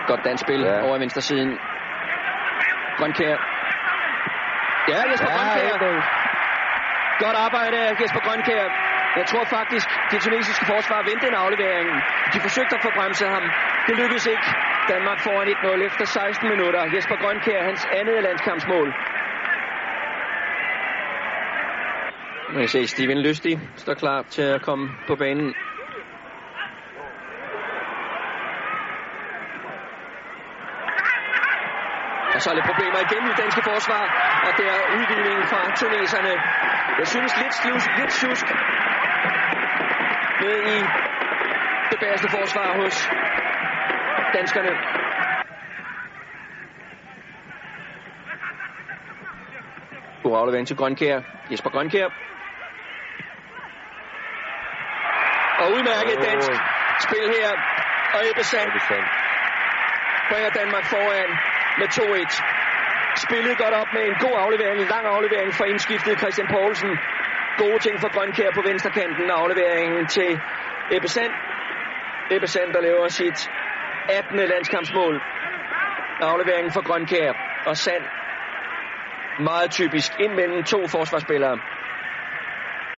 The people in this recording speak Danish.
Godt dansk spil over i venstre siden. Grønkjær. Ja, Jesper Grønkjær. Godt arbejde af Jesper Grønkjær. Jeg tror faktisk, det tunesiske forsvar vendte en aflevering. De forsøgte at forbremse ham. Det lykkedes ikke. Danmark foran 1-0 efter 16 minutter. Jesper Grønkjær, hans andet landskampsmål. Nu kan se, Steven Lystig står klar til at komme på banen. Og så er det problemer igen i danske forsvar. Og det er udligningen fra tuneserne. Jeg synes lidt sjusk med i det bedste forsvar hos danskerne. God aflevering til Grønkjær. Jesper Grønkjær. Og udmærket dansk spil her. Og Ebbe Sand bringer Danmark foran med 2-1. Spillet godt op med en god aflevering, en lang aflevering for indskiftet Christian Poulsen. Gode ting for Grønkjær på venstrekanten. Afleveringen til Ebbe Sand. Ebbe Sand, der laver sit 18. landskampsmål. Afleveringen for Grønkjær og Sand. Meget typisk ind mellem to forsvarsspillere.